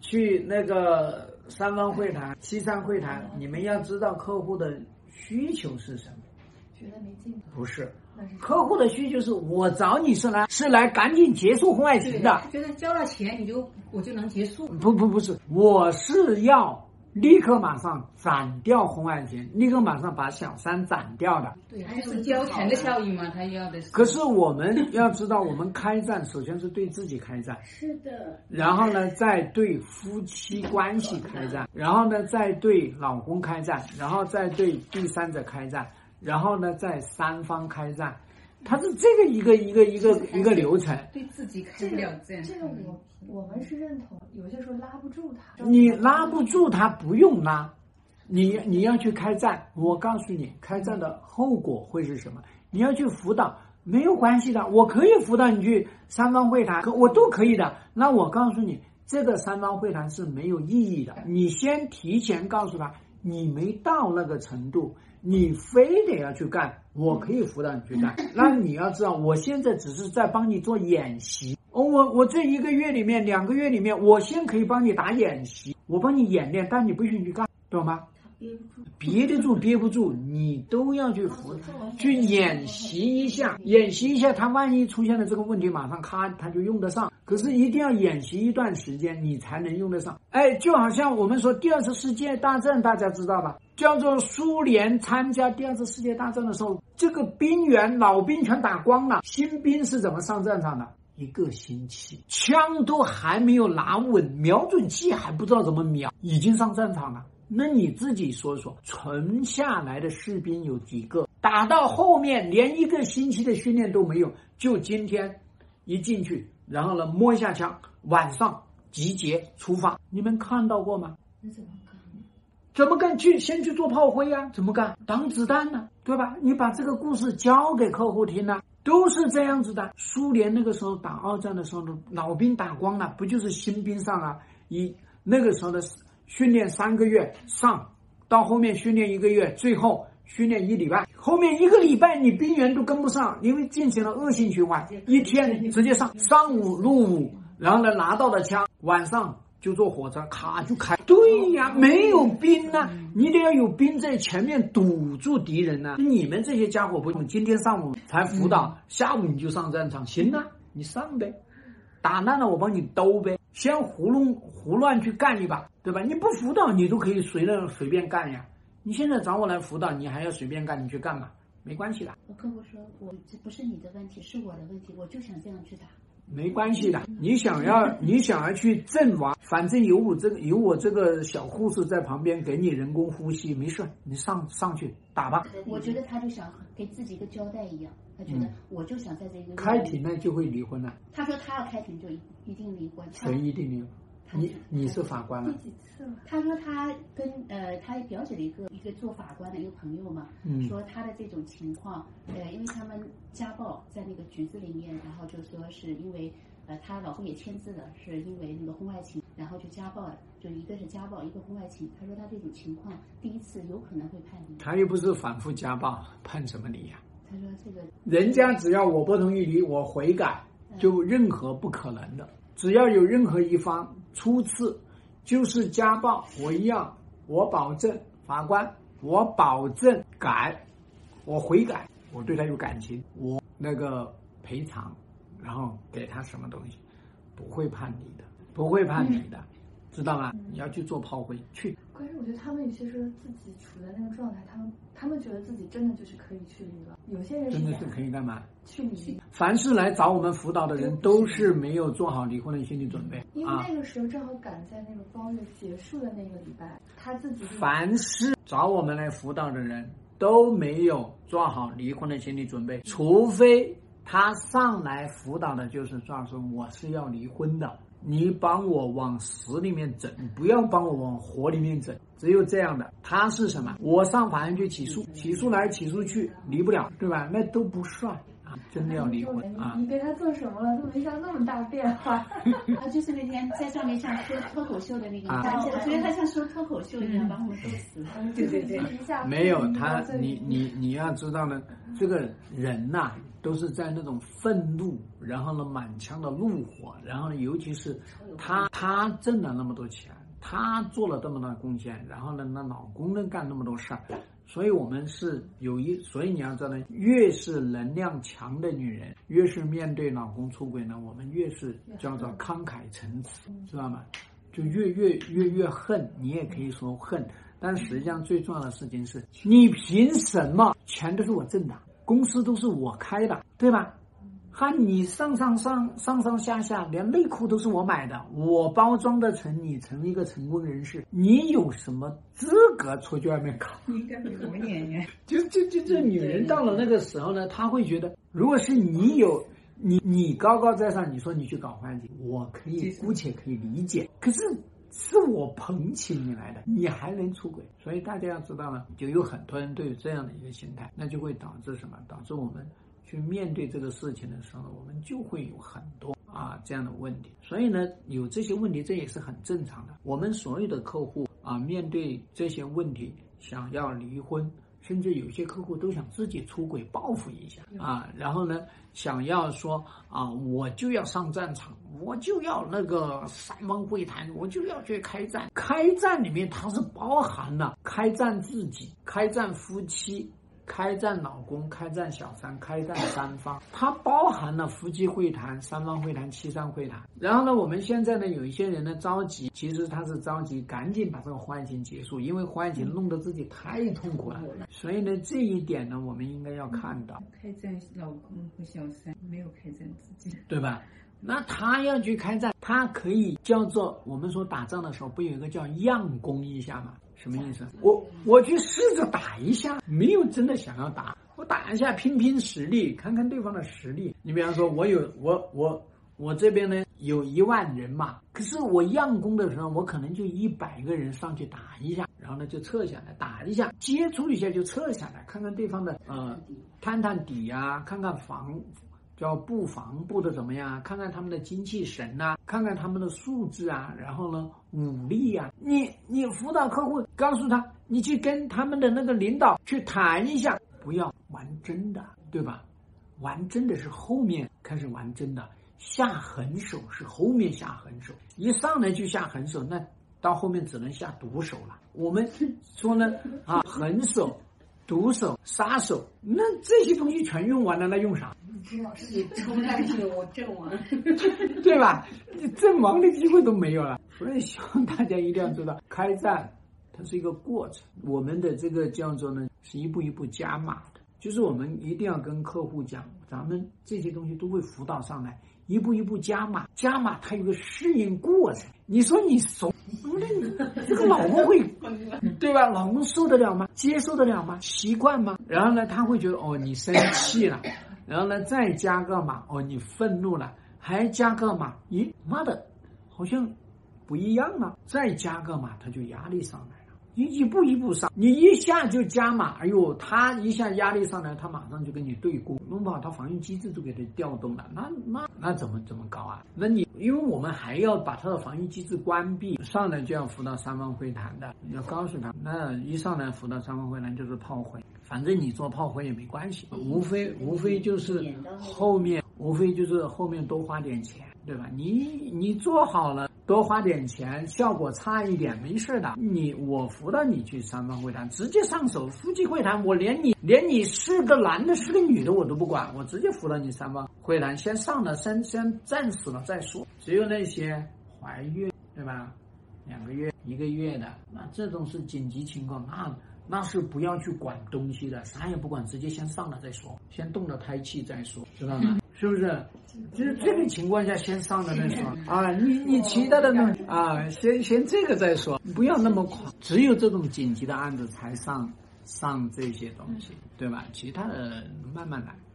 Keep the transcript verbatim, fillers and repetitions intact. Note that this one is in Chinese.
去那个三方会谈、西山会谈，你们要知道客户的需求是什么。 觉得没劲？ 不是，客户的需求是我找你是来是来赶紧结束婚外情的。 觉得交了钱你就我就能结束？ 不不不是，我是要立刻马上斩掉婚外情，立刻马上把小三斩掉的。 对，就是交钱的效应嘛，他要的是。 可是我们要知道，我们开战首先是对自己开战， 是的。 然后呢，再对夫妻关系开战，然后呢，再对老公开战，然后再对第三者开战。然后呢，在三方开战，它是这个一个一个一个一个流程。 对自己开不了战。 这个我我们是认同，有些时候拉不住他。 你拉不住他，不用拉，你你要去开战。我告诉你，开战的后果会是什么？你要去辅导，没有关系的，我可以辅导你去三方会谈，我都可以的。那我告诉你，这个三方会谈是没有意义的。你先提前告诉他，你没到那个程度。你非得要去干，我可以辅导你去干。那你要知道，我现在只是在帮你做演习。哦，我我这一个月里面、两个月里面，我先可以帮你打演习，我帮你演练，但你不许去干，懂吗？憋得住憋不住，你都要去辅去演习一下，演习一下，他万一出现了这个问题，马上咔他就用得上。可是一定要演习一段时间，你才能用得上。哎，就好像我们说第二次世界大战，大家知道吧？叫做苏联参加第二次世界大战的时候，这个兵员老兵全打光了，新兵是怎么上战场的？一个星期，枪都还没有拿稳，瞄准器还不知道怎么瞄，已经上战场了。那你自己说说，存下来的士兵有几个？打到后面连一个星期的训练都没有，就今天一进去，然后呢摸一下枪，晚上集结出发，你们看到过吗？ 那怎么干？ 怎么干？去先去做炮灰啊？怎么干？挡子弹呢、啊？对吧？你把这个故事教给客户听啊，都是这样子的。苏联那个时候打二战的时候，老兵打光了，不就是新兵上啊？以那个时候的训练三个月上，到后面训练一个月，最后训练一礼拜，后面一个礼拜你兵员都跟不上，因为进行了恶性循环，一天直接上，上午入伍，然后呢拿到了枪，晚上就坐火车咔就开。对呀，没有兵啊，你得要有兵在前面堵住敌人啊。你们这些家伙不，今天上午才辅导，下午你就上战场，行啊，你上呗，打烂了我帮你兜呗，先胡弄胡乱去干一把，对吧？你不辅导你都可以随便随便干呀。你现在找我来辅导，你还要随便干，你去干嘛？没关系的。 我客户说，我这不是你的问题，是我的问题，我就想这样去打。 没关系的，你想要你想要去阵亡，反正有我这个有我这个小护士在旁边给你人工呼吸，没事，你上上去打吧。 我觉得他就想给自己一个交代一样，他觉得我就想在这个开庭呢就会离婚了。 他说他要开庭就一定离婚。 谁一定离婚？你你是法官了？ 他说他跟呃他表姐的一个一个做法官的一个朋友嘛，嗯、说他的这种情况，呃，因为他们家暴在那个局子里面，然后就说是因为呃他老公也签字了，是因为那个婚外情，然后就家暴了，就一个是家暴，一个婚外情。他说他这种情况第一次有可能会判离。 他又不是反复家暴，判什么离呀、啊？ 他说这个人家只要我不同意离，我悔改，就任何不可能的。只要有任何一方初次就是家暴，我一样，我保证法官，我保证改，我悔改，我对他有感情，我那个赔偿，然后给他什么东西，不会判离的，不会判离的，嗯、知道吗？嗯、你要去做炮灰去。 可是我觉得他们有些时候自己处在那个状态，他们他们觉得自己真的就是可以去离了。有些人真的是可以干嘛？ 去离。 凡是来找我们辅导的人，都是没有做好离婚的心理准备。 因为那个时候正好赶在那个包月结束的那个礼拜，他自己。 凡是找我们来辅导的人，都没有做好离婚的心理准备，除非他上来辅导的就是说说我是要离婚的。你帮我往死里面整，不要帮我往活里面整，只有这样的。他是什么？我上法院去起诉，起诉来起诉去，离不了，对吧？那都不算啊，真的要离婚啊！ 你给他做什么了？怎么一下那么大变化？ 啊，就是那天在上面像说脱口秀的那个，啊、我觉得他像说脱口秀一样，把我们说死了。对对对， 没有他，你你你要知道呢，这个人呐、啊。 都是在那种愤怒，然后呢满腔的怒火，然后呢尤其是她她挣了那么多钱，她做了这么大贡献，然后呢那老公呢干那么多事儿，所以我们是有一，所以你要知道呢，越是能量强的女人，越是面对老公出轨呢，我们越是叫做慷慨陈词，知道吗？就越越越越恨，你也可以说恨，但实际上最重要的事情是，你凭什么？钱都是我挣的，公司都是我开的，对吧？哈，你上上上上上下下连内裤都是我买的，我包装的成你成为一个成功人士，你有什么资格出去外面搞？ 应该没多年呀。 就就就这女人到了那个时候呢，她会觉得，如果是你有你你高高在上，你说你去搞婚外情，我可以姑且可以理解，可是是我捧起你来的，你还能出轨？所以大家要知道呢，就有很多人都有这样的一个心态，那就会导致什么？导致我们去面对这个事情的时候，我们就会有很多啊这样的问题。所以呢，有这些问题，这也是很正常的。我们所有的客户啊，面对这些问题，想要离婚，甚至有些客户都想自己出轨报复一下啊，然后呢，想要说啊，我就要上战场，我就要那个三方会谈，我就要去开战。开战里面它是包含了开战自己、开战夫妻、开战老公、开战小三、开战三方，它包含了夫妻会谈、三方会谈、七三会谈。然后呢，我们现在呢有一些人呢着急，其实他是着急赶紧把这个婚外情结束，因为婚外情弄得自己太痛苦了。所以呢，这一点呢，我们应该要看到。 开战老公和小三，没有开战自己， 对吧？那他要去开战，他可以叫做我们说打仗的时候，不有一个叫佯攻一下吗？什么意思？我我去试着打一下，没有真的想要打，我打一下拼拼实力，看看对方的实力。你比方说，我有我我我这边呢有一万人嘛，可是我佯攻的时候，我可能就一百个人上去打一下，然后呢就撤下来，打一下，接触一下就撤下来，看看对方的呃探探底啊，看看防。叫布防布的怎么样？看看他们的精气神啊，看看他们的素质啊，然后呢武力啊。你你辅导客户，告诉他，你去跟他们的那个领导去谈一下，不要玩真的，对吧？玩真的是后面开始玩真的，下狠手是后面下狠手，一上来就下狠手，那到后面只能下毒手了。我们说呢啊，狠手、毒手、杀手，那这些东西全用完了，那用啥？ 知道自己冲上去，我阵亡， 对吧？你阵亡的机会都没有了。所以希望大家一定要知道，开战它是一个过程，我们的这个叫做呢是一步一步加码的，就是我们一定要跟客户讲，咱们这些东西都会辅导上来，一步一步加码，加码它有个适应过程。你说你怂，那你这个老公会对吧？老公受得了吗？接受得了吗？习惯吗？然后呢，他会觉得哦，你生气了。然后呢，再加个码，哦，你愤怒了，还加个码，咦，妈的，好像不一样啊！再加个码，他就压力上来了，你一步一步上，你一下就加码，哎呦，他一下压力上来，他马上就跟你对攻，弄不好他防御机制都给他调动了，那那那怎么怎么搞啊？那你因为我们还要把他的防御机制关闭，上来就要辅导三方会谈的，要告诉他，那一上来辅导三方会谈就是炮灰。反正你做炮灰也没关系，无非无非就是后面无非就是后面多花点钱，对吧？你你做好了多花点钱，效果差一点没事的。你我辅导你去三方会谈，直接上手夫妻会谈，我连你连你是个男的是个女的我都不管，我直接辅导你三方会谈，先上了先先战死了再说。只有那些怀孕，对吧？两个月一个月的，那这种是紧急情况，那那是不要去管东西的，啥也不管，直接先上了再说，先动了胎气再说，知道吗？是不是？就是这个情况下先上了再说啊，你你其他的呢啊，先先这个再说，不要那么快，只有这种紧急的案子才上上这些东西，对吧？其他的慢慢来。